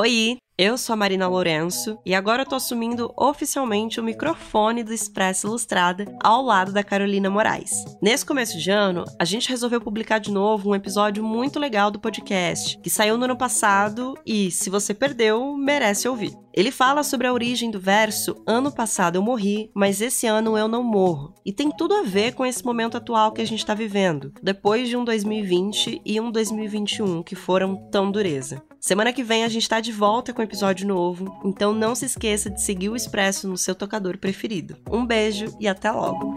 Oi, eu sou a Marina Lourenço e agora eu tô assumindo oficialmente o microfone do Expresso Ilustrada ao lado da Carolina Moraes. Nesse começo de ano, a gente resolveu publicar de novo um episódio muito legal do podcast, que saiu no ano passado e, se você perdeu, merece ouvir. Ele fala sobre a origem do verso "Ano passado eu morri, mas esse ano eu não morro". E tem tudo a ver com esse momento atual que a gente tá vivendo, depois de um 2020 e um 2021 que foram tão dureza. Semana que vem a gente tá de volta com um episódio novo, então não se esqueça de seguir o Expresso no seu tocador preferido. Um beijo e até logo!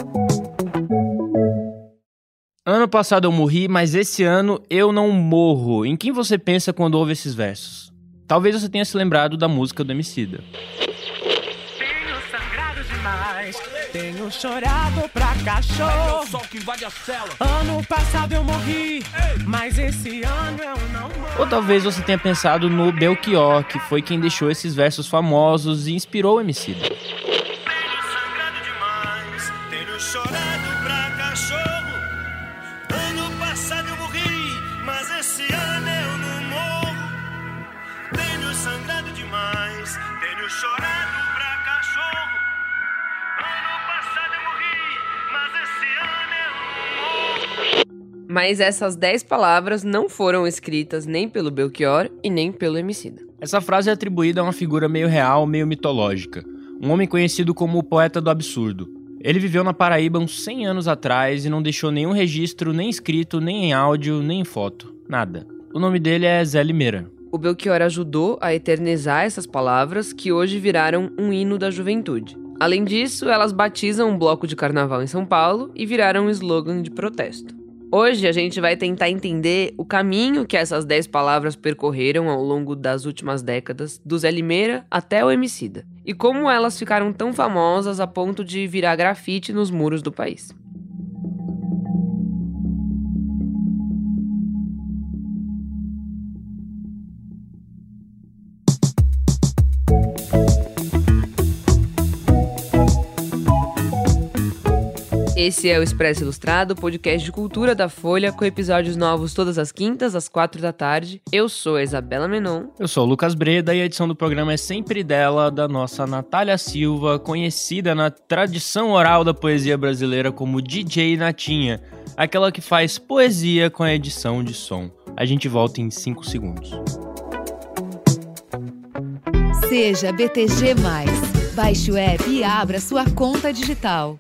Ano passado eu morri, mas esse ano eu não morro. Em quem você pensa quando ouve esses versos? Talvez você tenha se lembrado da música do Emicida. Tenho sangrado demais, tenho chorado pra cachorro. Ano passado eu morri, mas esse ano eu não morro. Ou talvez você tenha pensado no Belchior, que foi quem deixou esses versos famosos e inspirou o Emicida. Tenho sangrado demais, tenho chorado pra cachorro. Ano passado eu morri, mas esse ano eu não morro. Tenho sangrado demais, tenho chorado pra cachorro. Ano passado eu morri, mas esse ano eu não morro. Mas essas 10 palavras não foram escritas nem pelo Belchior e nem pelo Emicida. Essa frase é atribuída a uma figura meio real, meio mitológica. Um homem conhecido como o poeta do absurdo. Ele viveu na Paraíba uns 100 anos atrás e não deixou nenhum registro, nem escrito, nem em áudio, nem em foto. Nada. O nome dele é Zé Limeira. O Belchior ajudou a eternizar essas palavras que hoje viraram um hino da juventude. Além disso, elas batizam um bloco de carnaval em São Paulo e viraram um slogan de protesto. Hoje a gente vai tentar entender o caminho que essas 10 palavras percorreram ao longo das últimas décadas, do Zé Limeira até o Emicida, e como elas ficaram tão famosas a ponto de virar grafite nos muros do país. Esse é o Expresso Ilustrado, podcast de cultura da Folha, com episódios novos todas as quintas, às 4 da tarde. Eu sou a Isabela Menon. Eu sou o Lucas Breda e a edição do programa é sempre dela, da nossa Natália Silva, conhecida na tradição oral da poesia brasileira como DJ Natinha, aquela que faz poesia com a edição de som. A gente volta em 5 segundos. Seja BTG+. Baixe o app e abra sua conta digital.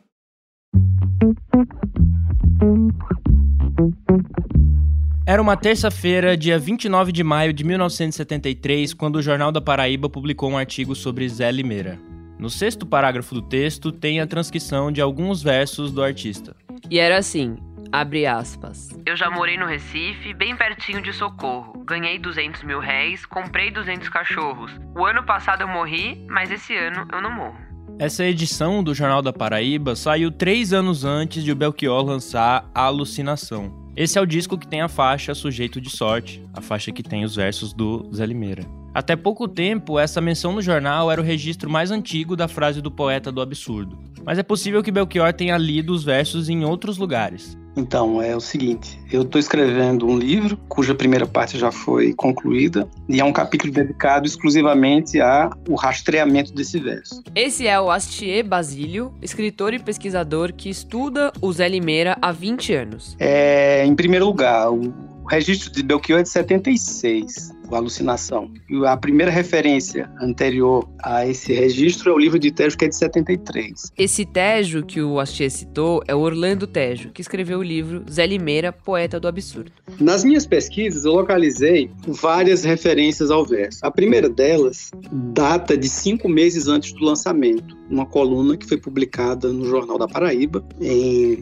Era uma terça-feira, dia 29 de maio de 1973, quando o Jornal da Paraíba publicou um artigo sobre Zé Limeira. No 6º parágrafo do texto tem a transcrição de alguns versos do artista. E era assim, abre aspas. Eu já morei no Recife, bem pertinho de Socorro. Ganhei 200 mil réis, comprei 200 cachorros. O ano passado eu morri, mas esse ano eu não morro. Essa edição do Jornal da Paraíba saiu 3 anos antes de o Belchior lançar A Alucinação. Esse é o disco que tem a faixa Sujeito de Sorte, a faixa que tem os versos do Zé Limeira. Até pouco tempo, essa menção no jornal era o registro mais antigo da frase do poeta do absurdo. Mas é possível que Belchior tenha lido os versos em outros lugares. Então, é o seguinte, eu estou escrevendo um livro, cuja primeira parte já foi concluída, e é um capítulo dedicado exclusivamente ao rastreamento desse verso. Esse é o Astier Basílio, escritor e pesquisador que estuda o Zé Limeira há 20 anos. Em primeiro lugar, o registro de Belchior é de 76, a Alucinação. E a primeira referência anterior a esse registro é o livro de Tejo, que é de 73. Esse Tejo que o Astier citou é o Orlando Tejo, que escreveu o livro Zé Limeira, Poeta do Absurdo. Nas minhas pesquisas, eu localizei várias referências ao verso. A primeira delas data de 5 meses antes do lançamento, uma coluna que foi publicada no Jornal da Paraíba, em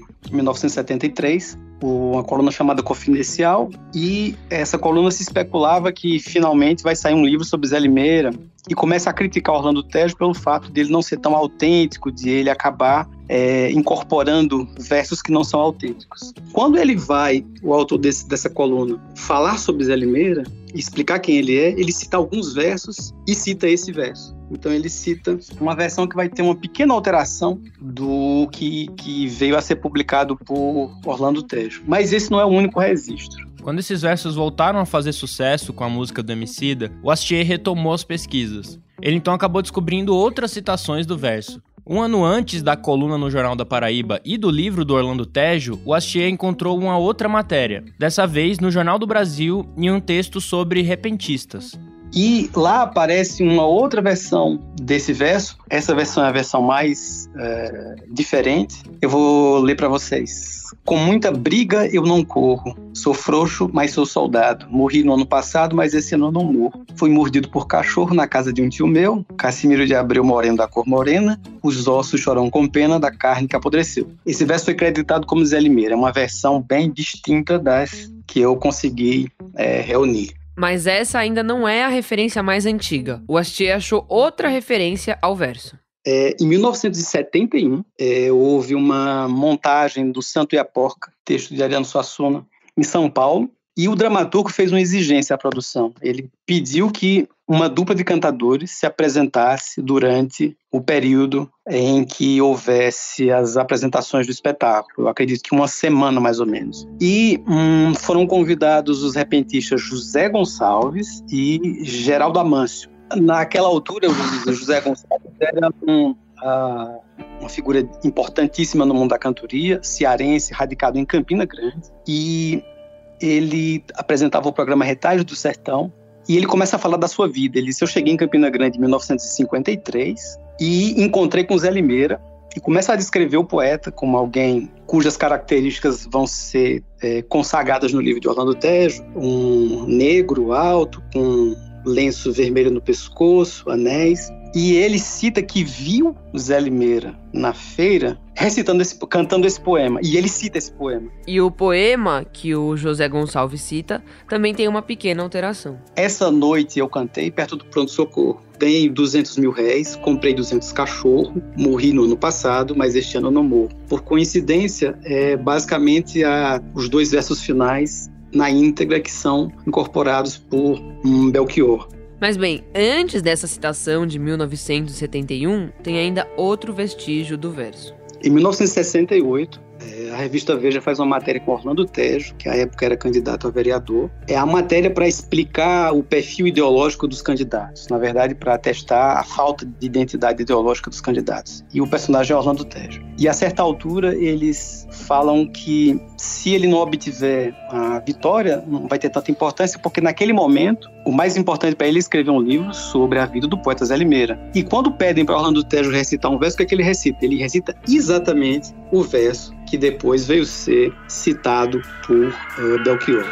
1973, uma coluna chamada Confidencial, e essa coluna se especulava que finalmente vai sair um livro sobre Zé Limeira, e começa a criticar Orlando Tejo pelo fato dele não ser tão autêntico, de ele acabar incorporando versos que não são autênticos. Quando ele vai, o autor dessa coluna, falar sobre Zé Limeira, explicar quem ele é, ele cita alguns versos e cita esse verso. Então ele cita uma versão que vai ter uma pequena alteração do que veio a ser publicado por Orlando Tejo. Mas esse não é o único registro. Quando esses versos voltaram a fazer sucesso com a música do Emicida, o Astier retomou as pesquisas. Ele então acabou descobrindo outras citações do verso. Um ano antes da coluna no Jornal da Paraíba e do livro do Orlando Tejo, o Astier encontrou uma outra matéria, dessa vez no Jornal do Brasil, em um texto sobre repentistas. E lá aparece uma outra versão desse verso. Essa versão é a versão mais diferente. Eu vou ler para vocês. Com muita briga eu não corro. Sou frouxo, mas sou soldado. Morri no ano passado, mas esse ano eu não morro. Fui mordido por cachorro na casa de um tio meu. Cassimiro de Abreu moreno da cor morena. Os ossos choram com pena da carne que apodreceu. Esse verso foi creditado como Zé Limeira. É uma versão bem distinta das que eu consegui reunir. Mas essa ainda não é a referência mais antiga. O Astier achou outra referência ao verso. Em 1971, houve uma montagem do Santo e a Porca, texto de Ariano Suassuna, em São Paulo, e o dramaturgo fez uma exigência à produção. Ele pediu que uma dupla de cantadores se apresentasse durante o período em que houvesse as apresentações do espetáculo. Eu acredito que uma semana, mais ou menos. E foram convidados os repentistas José Gonçalves e Geraldo Amâncio. Naquela altura, o José Gonçalves era uma figura importantíssima no mundo da cantoria, cearense, radicado em Campina Grande, e ele apresentava o programa Retalhos do Sertão, e ele começa a falar da sua vida. Ele disse: eu cheguei em Campina Grande em 1953 e encontrei com Zé Limeira, e começa a descrever o poeta como alguém cujas características vão ser consagradas no livro de Orlando Tejo, um negro alto, com lenço vermelho no pescoço, anéis. E ele cita que viu Zé Limeira na feira cantando esse poema. E ele cita esse poema. E o poema que o José Gonçalves cita também tem uma pequena alteração. Essa noite eu cantei perto do pronto-socorro. Ganhei 200 mil réis, comprei 200 cachorros, morri no ano passado, mas este ano eu não morro. Por coincidência, basicamente os dois versos finais na íntegra que são incorporados por Belchior. Mas bem, antes dessa citação de 1971, tem ainda outro vestígio do verso. Em 1968, a revista Veja faz uma matéria com Orlando Tejo, que à época era candidato a vereador. É a matéria para explicar o perfil ideológico dos candidatos, na verdade para atestar a falta de identidade ideológica dos candidatos. E o personagem é Orlando Tejo. E a certa altura eles falam que se ele não obtiver a vitória, não vai ter tanta importância, porque naquele momento o mais importante para ele é escrever um livro sobre a vida do poeta Zé Limeira. E quando pedem para Orlando Tejo recitar um verso, o que é que ele recita? Ele recita exatamente o verso que depois veio ser citado por Belchior.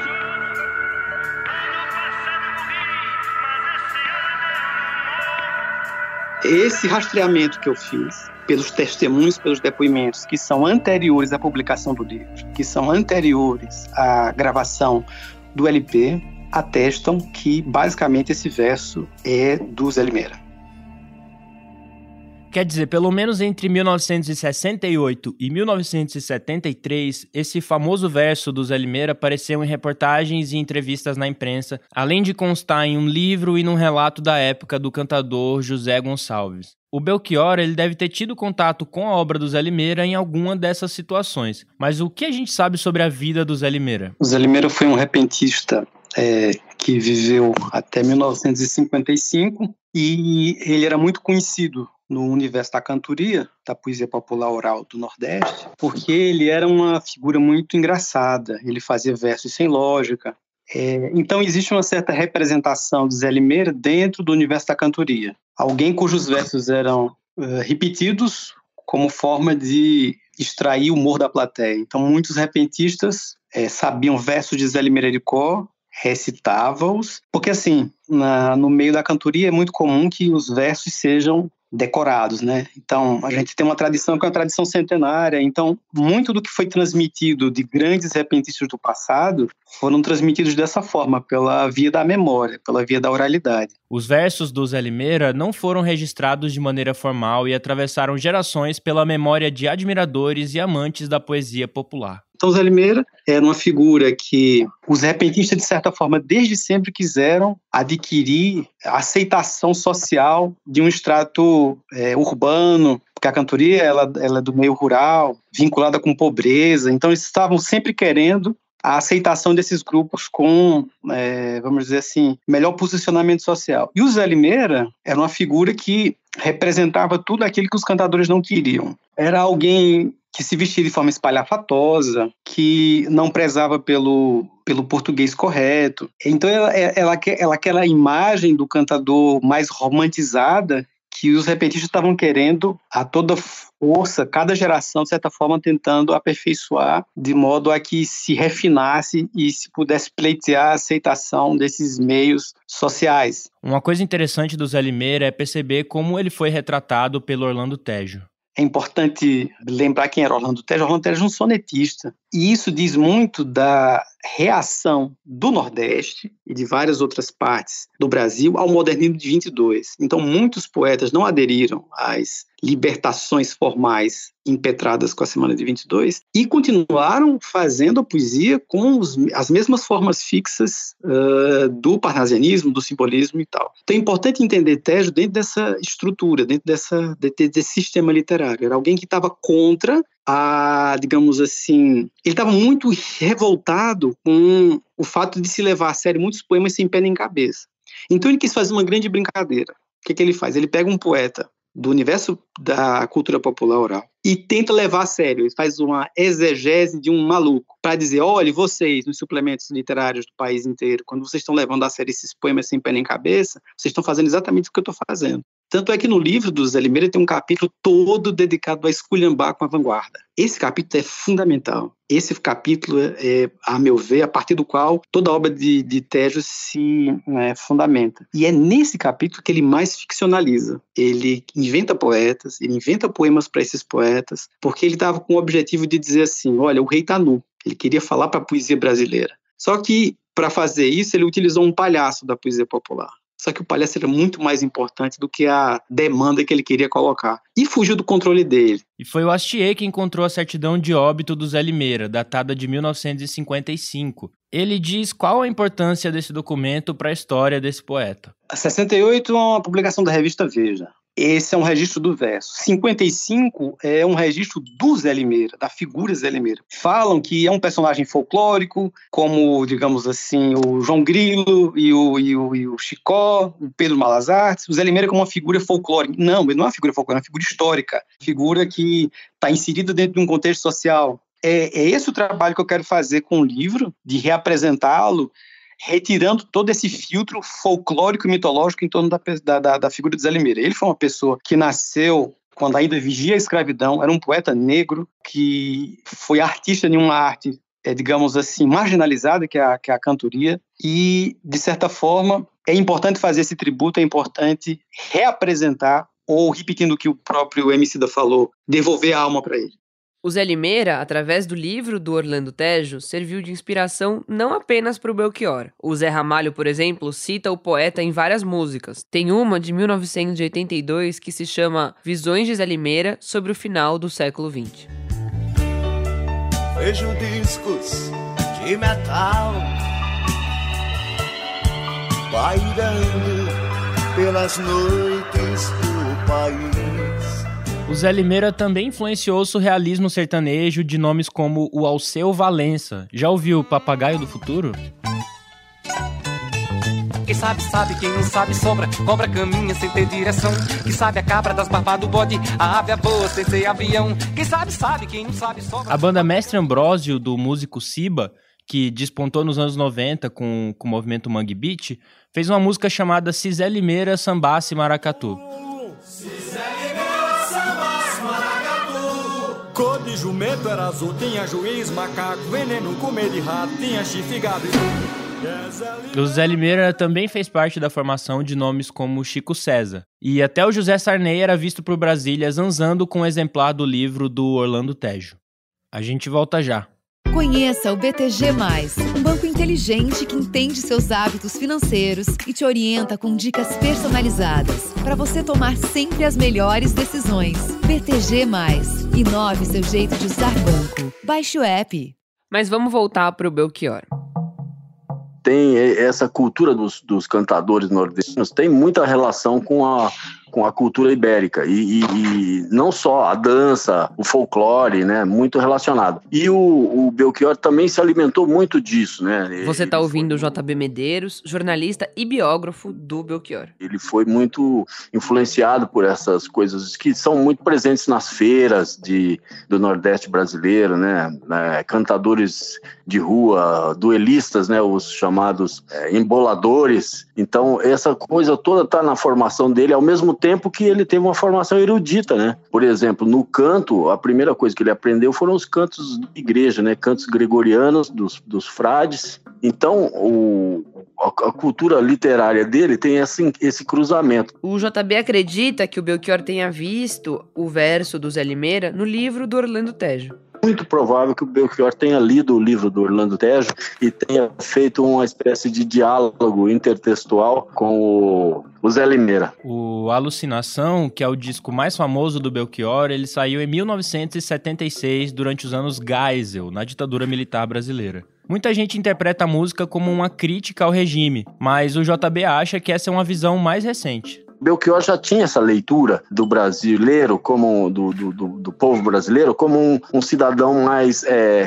Esse rastreamento que eu fiz, pelos testemunhos, pelos depoimentos que são anteriores à publicação do livro, que são anteriores à gravação do LP, atestam que basicamente esse verso é do Zé Limeira. Quer dizer, pelo menos entre 1968 e 1973, esse famoso verso do Zé Limeira apareceu em reportagens e entrevistas na imprensa, além de constar em um livro e num relato da época do cantador José Gonçalves. O Belchior ele deve ter tido contato com a obra do Zé Limeira em alguma dessas situações. Mas o que a gente sabe sobre a vida do Zé Limeira? O Zé Limeira foi um repentista que viveu até 1955 e ele era muito conhecido no universo da cantoria, da poesia popular oral do Nordeste, porque ele era uma figura muito engraçada, ele fazia versos sem lógica. Então existe uma certa representação do Zé Limeira dentro do universo da cantoria. Alguém cujos versos eram repetidos como forma de extrair o humor da plateia. Então muitos repentistas sabiam versos de Zé Limeira de cor, recitavam-os, porque assim, no meio da cantoria é muito comum que os versos sejam decorados, né? Então, a gente tem uma tradição que é uma tradição centenária, então, muito do que foi transmitido de grandes repentistas do passado foram transmitidos dessa forma, pela via da memória, pela via da oralidade. Os versos do Zé Limeira não foram registrados de maneira formal e atravessaram gerações pela memória de admiradores e amantes da poesia popular. Então, Zé Limeira era uma figura que os repentistas, de certa forma, desde sempre quiseram adquirir a aceitação social de um extrato urbano, porque a cantoria ela é do meio rural, vinculada com pobreza. Então, eles estavam sempre querendo a aceitação desses grupos com, vamos dizer assim, melhor posicionamento social. E o Zé Limeira era uma figura que representava tudo aquilo que os cantadores não queriam. Era alguém que se vestia de forma espalhafatosa, que não prezava pelo português correto. Então, aquela imagem do cantador mais romantizada que os repentistas estavam querendo a toda força, cada geração, de certa forma, tentando aperfeiçoar, de modo a que se refinasse e se pudesse pleitear a aceitação desses meios sociais. Uma coisa interessante do Zé Limeira é perceber como ele foi retratado pelo Orlando Tejo. É importante lembrar quem era Orlando Tejo. Orlando Tejo é um sonetista. E isso diz muito da reação do Nordeste e de várias outras partes do Brasil ao modernismo de 22. Então, muitos poetas não aderiram às libertações formais impetradas com a Semana de 22 e continuaram fazendo a poesia com as mesmas formas fixas do parnasianismo, do simbolismo e tal. Então, é importante entender Tejo dentro dessa estrutura, dentro desse sistema literário. Era alguém que estava contra digamos assim, ele estava muito revoltado com o fato de se levar a sério muitos poemas sem pé nem cabeça. Então ele quis fazer uma grande brincadeira. O que ele faz? Ele pega um poeta do universo da cultura popular oral e tenta levar a sério. Ele faz uma exegese de um maluco para dizer, olha, vocês, nos suplementos literários do país inteiro, quando vocês estão levando a sério esses poemas sem pé nem cabeça, vocês estão fazendo exatamente o que eu estou fazendo. Tanto é que no livro do Zé Limeira tem um capítulo todo dedicado a esculhambar com a vanguarda. Esse capítulo é fundamental. Esse capítulo é, a meu ver, a partir do qual toda a obra de Tejo se fundamenta. E é nesse capítulo que ele mais ficcionaliza. Ele inventa poetas, ele inventa poemas para esses poetas, porque ele estava com o objetivo de dizer assim, olha, o rei está nu. Ele queria falar para a poesia brasileira. Só que, para fazer isso, ele utilizou um palhaço da poesia popular. Só que o palhaço era muito mais importante do que a demanda que ele queria colocar. E fugiu do controle dele. E foi o Astier que encontrou a certidão de óbito do Zé Limeira, datada de 1955. Ele diz qual a importância desse documento para a história desse poeta. 68 é uma publicação da revista Veja. Esse é um registro do verso. 55 é um registro do Zé Limeira, da figura Zé Limeira. Falam que é um personagem folclórico, como, digamos assim, o João Grilo e o Chicó, o Pedro Malas Artes. O Zé Limeira como uma figura folclórica. Não, ele não é uma figura folclórica, é uma figura histórica. Figura que está inserida dentro de um contexto social. É esse o trabalho que eu quero fazer com o livro, de reapresentá-lo, retirando todo esse filtro folclórico e mitológico em torno da figura de Zé Limeira. Ele foi uma pessoa que nasceu quando ainda vigia a escravidão, era um poeta negro que foi artista de uma arte, digamos assim, marginalizada, que é a cantoria, e, de certa forma, é importante fazer esse tributo, é importante reapresentar, ou, repetindo o que o próprio Emicida falou, devolver a alma para ele. O Zé Limeira, através do livro do Orlando Tejo, serviu de inspiração não apenas para o Belchior. O Zé Ramalho, por exemplo, cita o poeta em várias músicas. Tem uma de 1982 que se chama Visões de Zé Limeira sobre o final do século XX. Vejo discos de metal pairando pelas noites do país. O Zé Limeira também influenciou o surrealismo sertanejo de nomes como o Alceu Valença. Já ouviu o Papagaio do Futuro? Quem sabe, sabe, quem não sabe, sobra. Cobra caminha sem ter direção. Quem sabe a cabra das barbas do bode. A ave voa sem ser avião. Quem sabe, sabe, quem não sabe, sobra. A banda Mestre Ambrósio, do músico Siba, que despontou nos anos 90 com o movimento Mangue Beat, fez uma música chamada Se Zé Limeira Sambasse Maracatu. Cor de jumento era azul, tinha juiz, macaco, veneno, comer de rato, tinha chifre, gado e... O Zé Limeira também fez parte da formação de nomes como Chico César. E até o José Sarney era visto por Brasília zanzando com um exemplar do livro do Orlando Tejo. A gente volta já. Conheça o BTG+, um banco inteligente que entende seus hábitos financeiros e te orienta com dicas personalizadas para você tomar sempre as melhores decisões. BTG+, inove seu jeito de usar banco. Baixe o app. Mas vamos voltar para o Belchior. Tem essa cultura dos cantadores nordestinos, tem muita relação com com a cultura ibérica e não só a dança, o folclore, né, muito relacionado. E o Belchior também se alimentou muito disso, né? Você está ouvindo o JB Medeiros, jornalista e biógrafo do Belchior. Ele foi muito influenciado por essas coisas que são muito presentes nas feiras do Nordeste brasileiro, né? Cantadores de rua, duelistas, né? Os chamados emboladores. Então, essa coisa toda está na formação dele, ao mesmo tempo que ele teve uma formação erudita, né? Por exemplo, no canto, a primeira coisa que ele aprendeu foram os cantos de igreja, né? Cantos gregorianos dos frades. Então, a cultura literária dele tem esse cruzamento. O JB acredita que o Belchior tenha visto o verso do Zé Limeira no livro do Orlando Tejo. Muito provável que o Belchior tenha lido o livro do Orlando Tejo e tenha feito uma espécie de diálogo intertextual com o Zé Limeira. O Alucinação, que é o disco mais famoso do Belchior, ele saiu em 1976, durante os anos Geisel, na ditadura militar brasileira. Muita gente interpreta a música como uma crítica ao regime, mas o JB acha que essa é uma visão mais recente. Belchior já tinha essa leitura do brasileiro, como do povo brasileiro, como um cidadão mais...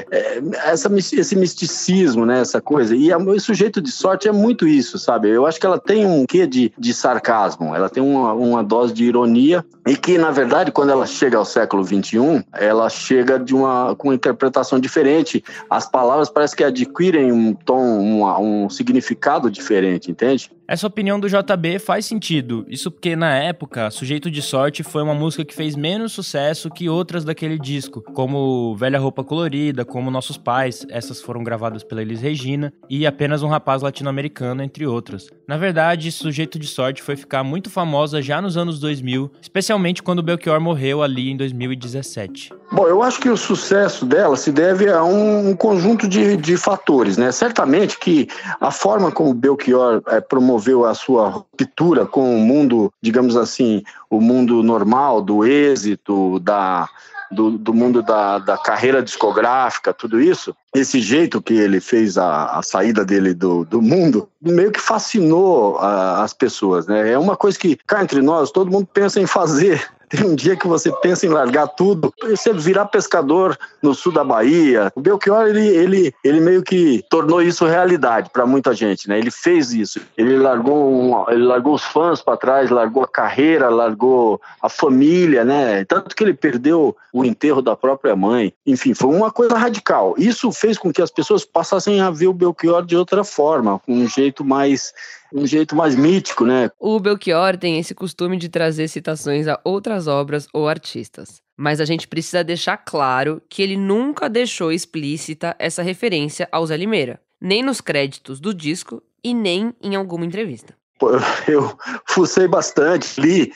esse misticismo, né, essa coisa. E o Sujeito de Sorte é muito isso, sabe? Eu acho que ela tem um quê de sarcasmo, ela tem uma dose de ironia, e que, na verdade, quando ela chega ao século XXI, ela chega com uma interpretação diferente. As palavras parecem que adquirem um tom, um significado diferente, entende? Essa opinião do JB faz sentido, isso porque na época, Sujeito de Sorte foi uma música que fez menos sucesso que outras daquele disco, como Velha Roupa Colorida, como Nossos Pais, essas foram gravadas pela Elis Regina, e Apenas um Rapaz Latino-Americano, entre outras. Na verdade, Sujeito de Sorte foi ficar muito famosa já nos anos 2000, especialmente quando o Belchior morreu ali em 2017. Bom, eu acho que o sucesso dela se deve a um conjunto de fatores, né? Certamente que a forma como o Belchior promoveu a sua ruptura com o mundo, digamos assim, o mundo normal, do êxito, do mundo da carreira discográfica, tudo isso, esse jeito que ele fez a saída dele do mundo, meio que fascinou as pessoas, né? É uma coisa que, cá entre nós, todo mundo pensa em fazer. Tem um dia que você pensa em largar tudo, você virar pescador no sul da Bahia. O Belchior, ele meio que tornou isso realidade para muita gente, né? Ele fez isso. Ele largou os fãs para trás, largou a carreira, largou a família, né? Tanto que ele perdeu o enterro da própria mãe. Enfim, foi uma coisa radical. Isso fez com que as pessoas passassem a ver o Belchior de outra forma, com um jeito mais mítico, né? O Belchior tem esse costume de trazer citações a outras obras ou artistas. Mas a gente precisa deixar claro que ele nunca deixou explícita essa referência ao Zé Limeira, nem nos créditos do disco e nem em alguma entrevista. Eu fucei bastante, li,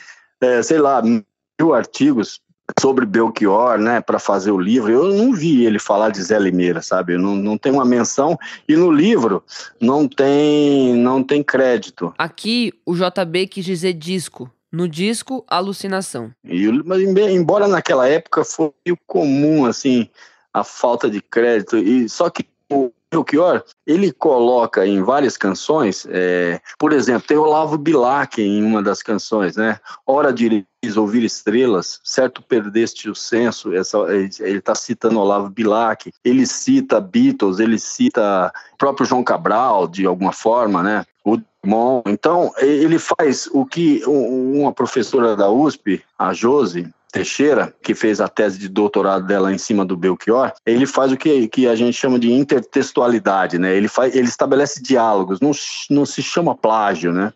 1000 artigos sobre Belchior, né, para fazer o livro. Eu não vi ele falar de Zé Limeira, sabe? Não tem uma menção, e no livro não tem crédito. Aqui o JB quis dizer disco. No disco, Alucinação. Mas embora naquela época foi comum, assim, a falta de crédito, só que o Belchior, ele coloca em várias canções, por exemplo, tem Olavo Bilac em uma das canções, né? Hora de ouvir estrelas, certo perdeste o senso, ele está citando Olavo Bilac, ele cita Beatles, ele cita o próprio João Cabral, de alguma forma, né? Bom, então ele faz o que uma professora da USP, a Josi Teixeira, que fez a tese de doutorado dela em cima do Belchior, ele faz o que a gente chama de intertextualidade, né? Ele estabelece diálogos, não se chama plágio, né?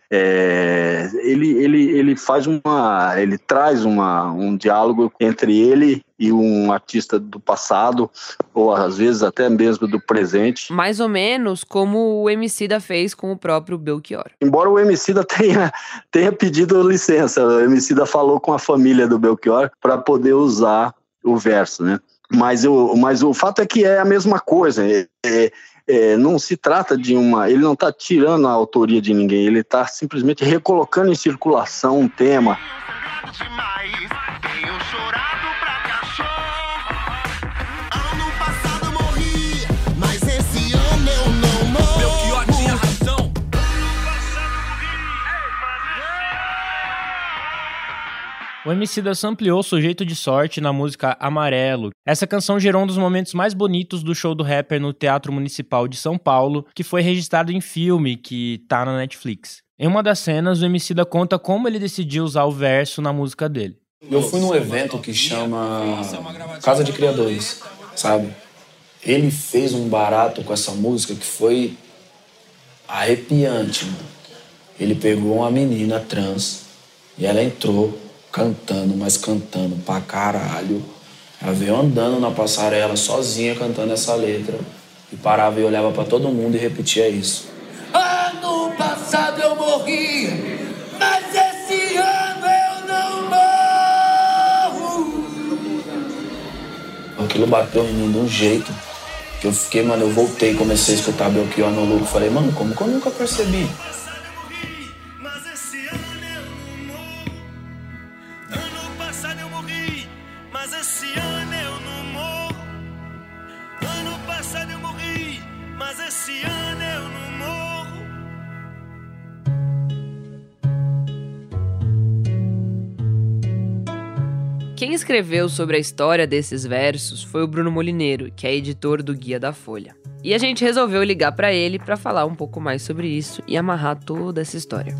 Ele traz um diálogo entre ele e um artista do passado, ou às vezes até mesmo do presente. Mais ou menos como o Emicida fez com o próprio Belchior. Embora o Emicida tenha pedido licença, o Emicida falou com a família do Belchior para poder usar o verso, né? Mas o fato é que é a mesma coisa. Não se trata de ele não está tirando a autoria de ninguém, ele está simplesmente recolocando em circulação um tema. O Emicida sampleou Sujeito de Sorte na música Amarelo. Essa canção gerou um dos momentos mais bonitos do show do rapper no Teatro Municipal de São Paulo, que foi registrado em filme, que tá na Netflix. Em uma das cenas, o Emicida conta como ele decidiu usar o verso na música dele. Eu fui num evento que chama Casa de Criadores, sabe? Ele fez um barato com essa música que foi arrepiante, mano. Ele pegou uma menina trans e ela entrou cantando, mas cantando pra caralho. Ela veio andando na passarela sozinha cantando essa letra e parava e olhava pra todo mundo e repetia isso. Ano passado eu morri, mas esse ano eu não morro. Aquilo bateu em mim de um jeito que eu fiquei, mano, eu voltei e comecei a escutar Belchior no Louco. Falei, mano, como que eu nunca percebi? Quem escreveu sobre a história desses versos foi o Bruno Molineiro, que é editor do Guia da Folha. E a gente resolveu ligar para ele para falar um pouco mais sobre isso e amarrar toda essa história.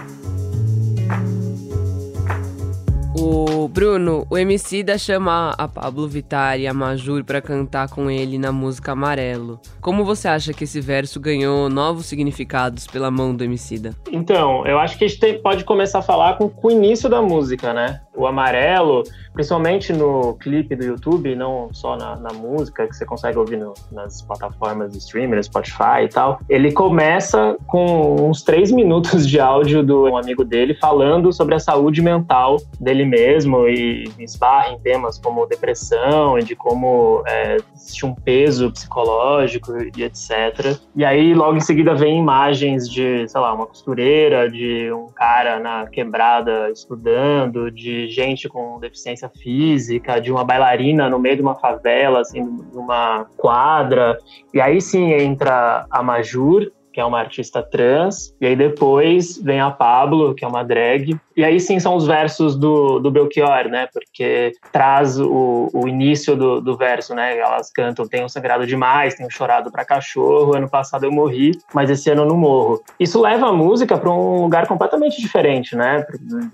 O Bruno, o Emicida chama a Pablo Vittar e a Majur pra cantar com ele na música Amarelo. Como você acha que esse verso ganhou novos significados pela mão do Emicida? Então, eu acho que a gente pode começar a falar com o início da música, né? O Amarelo, principalmente no clipe do YouTube, não só na música, que você consegue ouvir nas plataformas de streaming, no Spotify e tal, ele começa com uns 3 minutos de áudio do um amigo dele falando sobre a saúde mental dele mesmo e esbarra em temas como depressão e de como existe um peso psicológico e etc. E aí, logo em seguida, vem imagens de, sei lá, uma costureira, de um cara na quebrada estudando, de gente com deficiência física, de uma bailarina no meio de uma favela, assim, numa quadra. E aí sim entra a Majur, que é uma artista trans, e aí depois vem a Pablo, que é uma drag, e aí sim são os versos do Belchior, né, porque traz o início do verso, né, elas cantam, tenho sangrado demais, tenho chorado pra cachorro, ano passado eu morri, mas esse ano eu não morro. Isso leva a música para um lugar completamente diferente, né,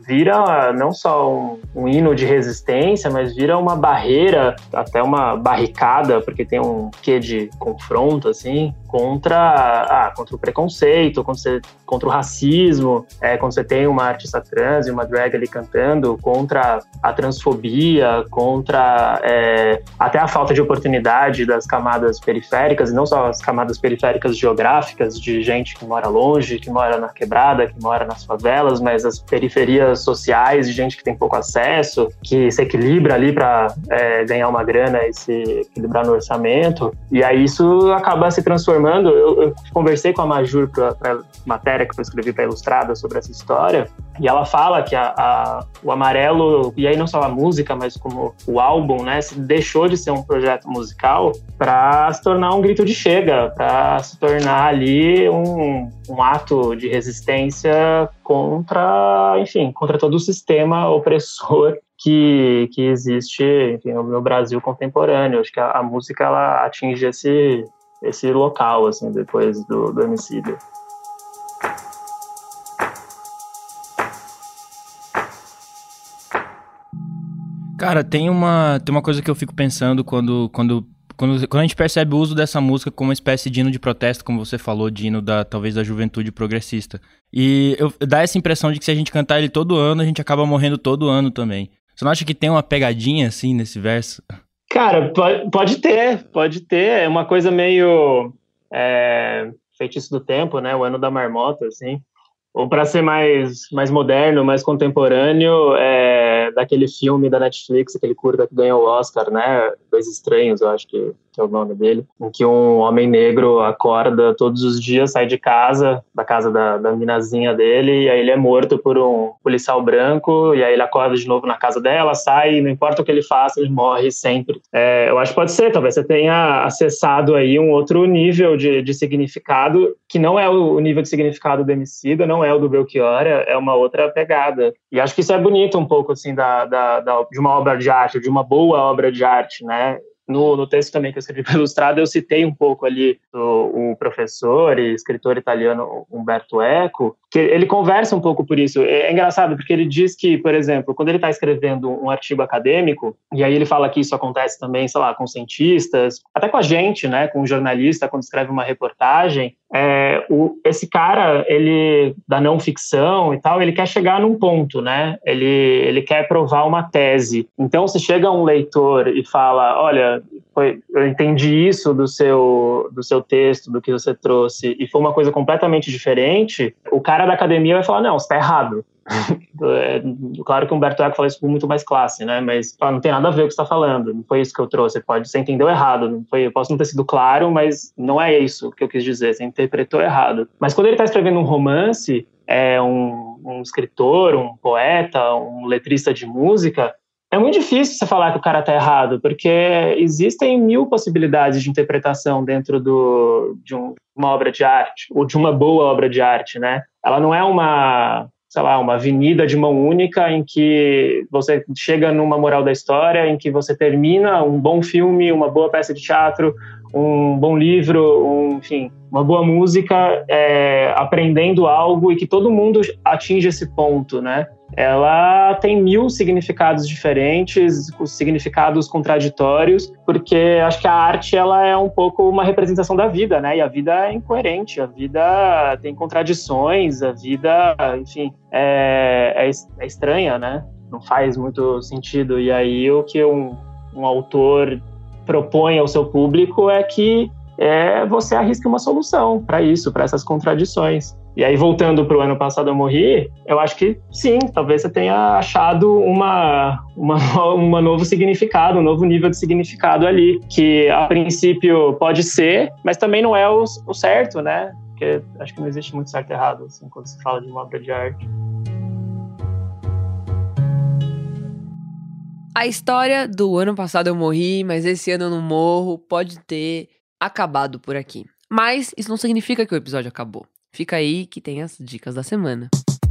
vira não só um hino de resistência, mas vira uma barreira, até uma barricada, porque tem um quê de confronto, assim, contra o preconceito, contra o racismo, quando você tem uma artista trans e uma drag ali cantando, contra a transfobia, contra até a falta de oportunidade das camadas periféricas, e não só as camadas periféricas geográficas, de gente que mora longe, que mora na quebrada, que mora nas favelas, mas as periferias sociais, de gente que tem pouco acesso, que se equilibra ali para ganhar uma grana e se equilibrar no orçamento, e aí isso acaba se transformando. Eu conversei com a Majur para matéria que eu escrevi para Ilustrada sobre essa história, e ela fala que o Amarelo, e aí não só a música, mas como o álbum, né, deixou de ser um projeto musical para se tornar um grito de chega, para se tornar ali um ato de resistência contra todo o sistema opressor que existe, enfim, no Brasil contemporâneo. Acho que a música ela atinge esse local, assim, depois do Emicida. Cara, tem uma coisa que eu fico pensando quando a gente percebe o uso dessa música como uma espécie de hino de protesto, como você falou, de hino talvez da juventude progressista. E dá essa impressão de que se a gente cantar ele todo ano, a gente acaba morrendo todo ano também. Você não acha que tem uma pegadinha, assim, nesse verso? Cara, pode ter. É uma coisa meio Feitiço do Tempo, né? O Ano da Marmota, assim. Ou para ser mais moderno, mais contemporâneo, daquele filme da Netflix, aquele curta que ganhou o Oscar, né? Dois Estranhos, eu acho que é o nome dele, em que um homem negro acorda todos os dias, sai de casa, da casa da minazinha dele, e aí ele é morto por um policial branco, e aí ele acorda de novo na casa dela, sai, e não importa o que ele faça, ele morre sempre. Eu acho que pode ser, talvez você tenha acessado aí um outro nível de significado, que não é o nível de significado do Emicida, não é o do Belchior, é uma outra pegada. E acho que isso é bonito um pouco, assim, de uma obra de arte, de uma boa obra de arte, né? No texto também que eu escrevi para Ilustrada, eu citei um pouco ali o professor e escritor italiano Umberto Eco, que ele conversa um pouco por isso. É engraçado, porque ele diz que, por exemplo, quando ele está escrevendo um artigo acadêmico, e aí ele fala que isso acontece também, sei lá, com cientistas, até com a gente, né, com um jornalista, quando escreve uma reportagem, esse cara, ele, da não ficção e tal, ele quer chegar num ponto, né? Ele quer provar uma tese. Então, se chega um leitor e fala, olha, eu entendi isso do seu texto, do que você trouxe, e foi uma coisa completamente diferente, o cara da academia vai falar, não, você está errado. Claro que o Umberto Eco fala isso com muito mais classe, né? Mas não tem nada a ver com o que você está falando, não foi isso que eu trouxe, você entendeu errado, não foi, eu posso não ter sido claro, mas não é isso que eu quis dizer, você interpretou errado. Mas quando ele está escrevendo um romance, um escritor, um poeta, um letrista de música, é muito difícil você falar que o cara está errado, porque existem 1000 possibilidades de interpretação dentro de uma obra de arte, ou de uma boa obra de arte, né? Ela não é uma avenida de mão única em que você chega numa moral da história, em que você termina um bom filme, uma boa peça de teatro, um bom livro, enfim, uma boa música, aprendendo algo e que todo mundo atinge esse ponto, né? Ela tem 1000 significados diferentes, significados contraditórios, porque acho que a arte ela é um pouco uma representação da vida, né? E a vida é incoerente, a vida tem contradições, a vida, enfim, é estranha, né? Não faz muito sentido. E aí o que um autor propõe ao seu público é que você arrisque uma solução para isso, para essas contradições. E aí, voltando para o Ano Passado Eu Morri, eu acho que sim, talvez você tenha achado um novo significado, um novo nível de significado ali, que a princípio pode ser, mas também não é o certo, né? Porque acho que não existe muito certo e errado, assim, quando se fala de uma obra de arte. A história do Ano Passado Eu Morri, mas esse ano eu não morro, pode ter acabado por aqui. Mas isso não significa que o episódio acabou. Fica aí que tem as dicas da semana.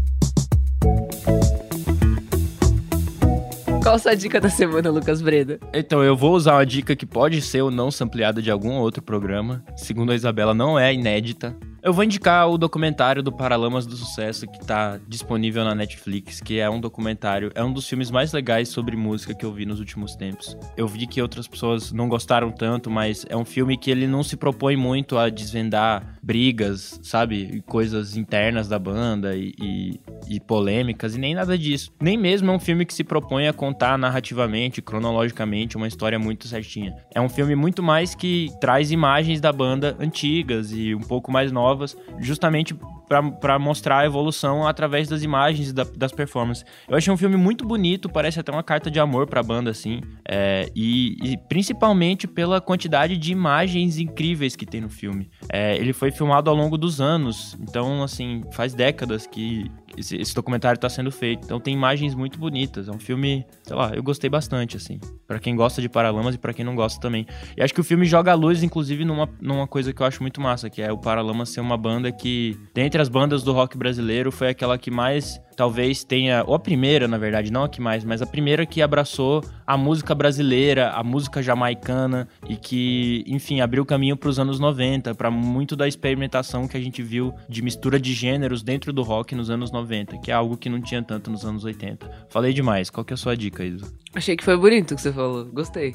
Qual a sua dica da semana, Lucas Breda? Então, eu vou usar uma dica que pode ser ou não sampleada de algum outro programa. Segundo a Isabela, não é inédita. Eu vou indicar o documentário do Paralamas do Sucesso, que tá disponível na Netflix, que é um documentário, é um dos filmes mais legais sobre música que eu vi nos últimos tempos. Eu vi que outras pessoas não gostaram tanto, mas é um filme que ele não se propõe muito a desvendar brigas, sabe? Coisas internas da banda e polêmicas, e nem nada disso. Nem mesmo é um filme que se propõe a contar narrativamente, cronologicamente, uma história muito certinha. É um filme muito mais que traz imagens da banda antigas e um pouco mais novas, justamente pra mostrar a evolução através das imagens das performances. Eu achei um filme muito bonito, parece até uma carta de amor pra banda, assim, e principalmente pela quantidade de imagens incríveis que tem no filme. Ele foi filmado ao longo dos anos, então, assim, faz décadas que esse documentário tá sendo feito, então tem imagens muito bonitas. É um filme, sei lá, eu gostei bastante, assim, pra quem gosta de Paralamas e pra quem não gosta também. E acho que o filme joga a luz, inclusive, numa coisa que eu acho muito massa, que é o Paralamas ser uma banda que, dentre as bandas do rock brasileiro, foi aquela que mais, talvez tenha, ou a primeira, na verdade, não a que mais, mas a primeira que abraçou a música brasileira, a música jamaicana, e que, enfim, abriu caminho pros anos 90, pra muito da experimentação que a gente viu de mistura de gêneros dentro do rock nos anos 90, que é algo que não tinha tanto nos anos 80. Falei demais, qual que é a sua dica, Isa? Achei que foi bonito o que você falou, gostei.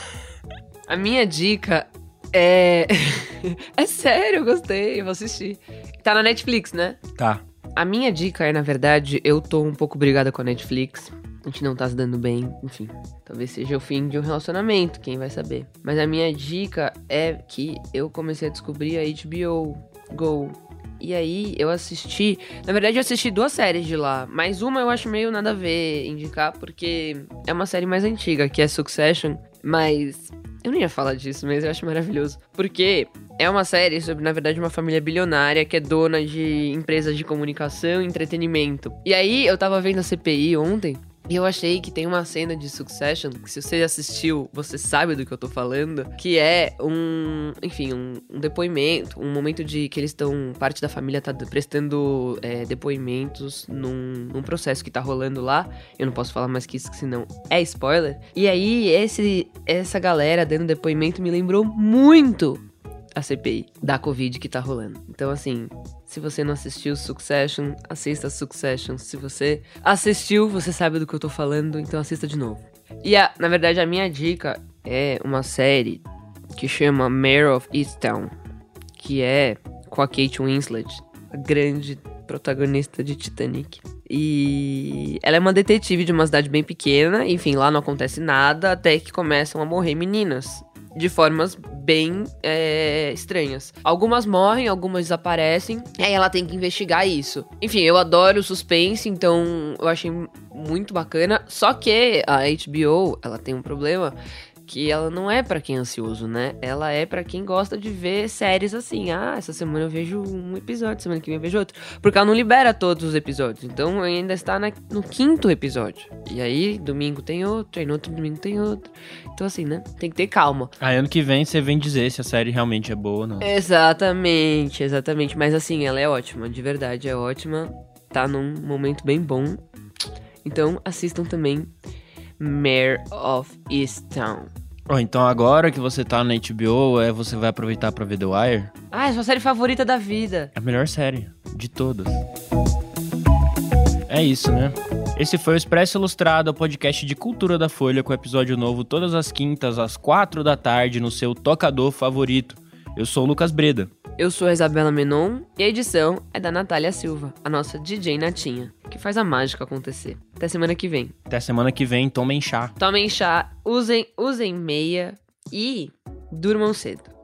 A minha dica é... É sério, eu gostei, eu vou assistir. Tá na Netflix, né? Tá. A minha dica é, na verdade, eu tô um pouco brigada com a Netflix. A gente não tá se dando bem, enfim. Talvez seja o fim de um relacionamento, quem vai saber. Mas a minha dica é que eu comecei a descobrir a HBO Go. E aí eu assisti... Na verdade eu assisti 2 séries de lá. Mas uma eu acho meio nada a ver indicar, porque é uma série mais antiga, que é Succession. Mas... eu não ia falar disso, mas eu acho maravilhoso. Porque é uma série sobre, na verdade, uma família bilionária que é dona de empresas de comunicação e entretenimento. E aí, eu tava vendo a CPI ontem, E eu achei que tem uma cena de Succession, que se você assistiu, você sabe do que eu tô falando, que é um depoimento, um momento de que eles estão, parte da família tá prestando depoimentos num processo que tá rolando lá. Eu não posso falar mais que isso, senão é spoiler. E aí, essa galera dando depoimento me lembrou muito a CPI da Covid que tá rolando. Então, assim, se você não assistiu Succession, assista Succession. Se você assistiu, você sabe do que eu tô falando, então assista de novo. E, na verdade, a minha dica é uma série que chama Mare of Easttown, que é com a Kate Winslet, a grande protagonista de Titanic. E ela é uma detetive de uma cidade bem pequena, enfim, lá não acontece nada, até que começam a morrer meninas. De formas bem estranhas. Algumas morrem, algumas desaparecem. E aí ela tem que investigar isso. Enfim, eu adoro suspense, então eu achei muito bacana. Só que a HBO, ela tem um problema, que ela não é pra quem é ansioso, né? Ela é pra quem gosta de ver séries assim. Ah, essa semana eu vejo um episódio, semana que vem eu vejo outro. Porque ela não libera todos os episódios. Então ainda está no 5º episódio. E aí, domingo tem outro, aí no outro domingo tem outro. Então assim, né? Tem que ter calma. Aí ano que vem você vem dizer se a série realmente é boa ou não. Exatamente. Mas assim, ela é ótima. De verdade, é ótima. Tá num momento bem bom. Então assistam também Mare of Easttown. Então agora que você tá na HBO, você vai aproveitar pra ver The Wire? Ah, é sua série favorita da vida. É a melhor série de todas. É isso, né? Esse foi o Expresso Ilustrado, o podcast de cultura da Folha, com episódio novo todas as quintas, às 4 da tarde, no seu tocador favorito. Eu sou o Lucas Breda. Eu sou a Isabela Menon e a edição é da Natália Silva, a nossa DJ Natinha, que faz a mágica acontecer. Até semana que vem. Até semana que vem, tomem chá. Tomem chá, usem meia e durmam cedo.